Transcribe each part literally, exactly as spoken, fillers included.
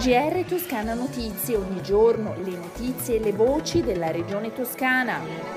G R Toscana Notizie, ogni giorno le notizie e le voci della regione toscana.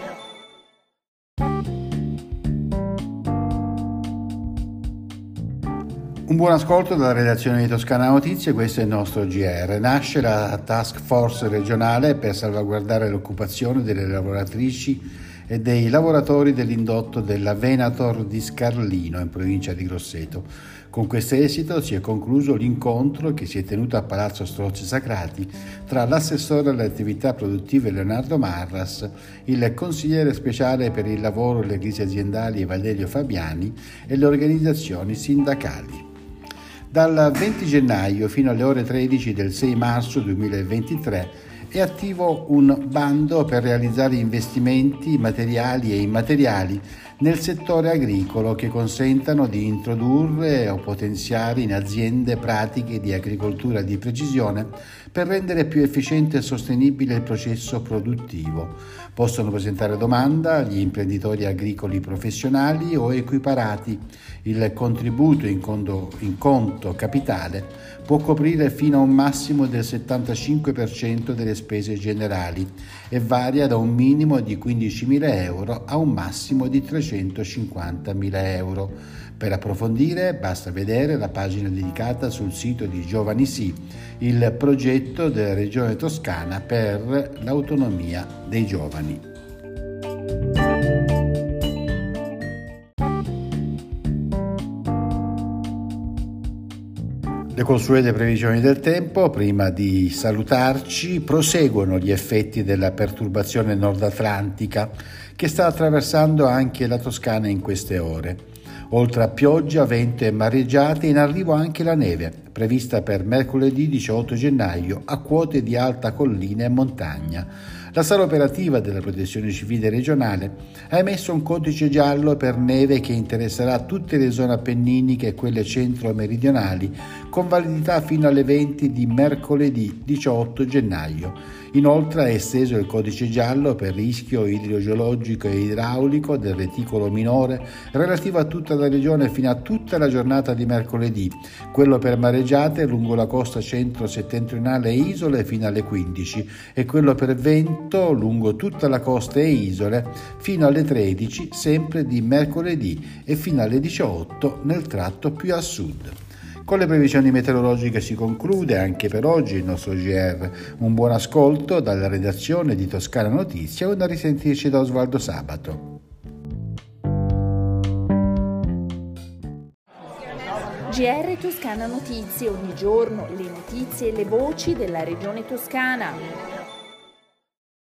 Un buon ascolto dalla redazione di Toscana Notizie, questo è il nostro G R. Nasce la task force regionale per salvaguardare l'occupazione delle lavoratrici e dei lavoratori dell'indotto della Venator di Scarlino, in provincia di Grosseto. Con questo esito si è concluso l'incontro che si è tenuto a Palazzo Strozzi Sacrati tra l'assessore alle attività produttive Leonardo Marras, il consigliere speciale per il lavoro e le crisi aziendali Valerio Fabiani e le organizzazioni sindacali. Dal venti gennaio fino alle ore tredici del sei marzo duemilaventitré è attivo un bando per realizzare investimenti materiali e immateriali nel settore agricolo che consentano di introdurre o potenziare in aziende pratiche di agricoltura di precisione per rendere più efficiente e sostenibile il processo produttivo. Possono presentare domanda gli imprenditori agricoli professionali o equiparati. Il contributo in conto, in conto capitale può coprire fino a un massimo del settantacinque per cento delle spese generali e varia da un minimo di quindicimila euro a un massimo di trecentocinquantamila euro. Per approfondire basta vedere la pagina dedicata sul sito di Giovani Sì, il progetto della Regione Toscana per l'autonomia dei giovani. Le consuete previsioni del tempo, prima di salutarci, proseguono gli effetti della perturbazione nord-atlantica che sta attraversando anche la Toscana in queste ore. Oltre a pioggia, vento e mareggiate, in arrivo anche la neve, prevista per mercoledì diciotto gennaio a quote di alta collina e montagna. La sala operativa della Protezione Civile regionale ha emesso un codice giallo per neve che interesserà tutte le zone appenniniche e quelle centro-meridionali, con validità fino alle venti di mercoledì diciotto gennaio. Inoltre ha esteso il codice giallo per rischio idrogeologico e idraulico del reticolo minore relativo a tutta la regione fino a tutta la giornata di mercoledì, quello per mareggiate lungo la costa centro-settentrionale e isole fino alle quindici e quello per vento lungo tutta la costa e isole fino alle tredici, sempre di mercoledì, e fino alle diciotto nel tratto più a sud. Con le previsioni meteorologiche si conclude anche per oggi il nostro G R. Un buon ascolto dalla redazione di Toscana Notizie e una risentirci da Osvaldo Sabato. G R Toscana Notizie, ogni giorno le notizie e le voci della regione toscana.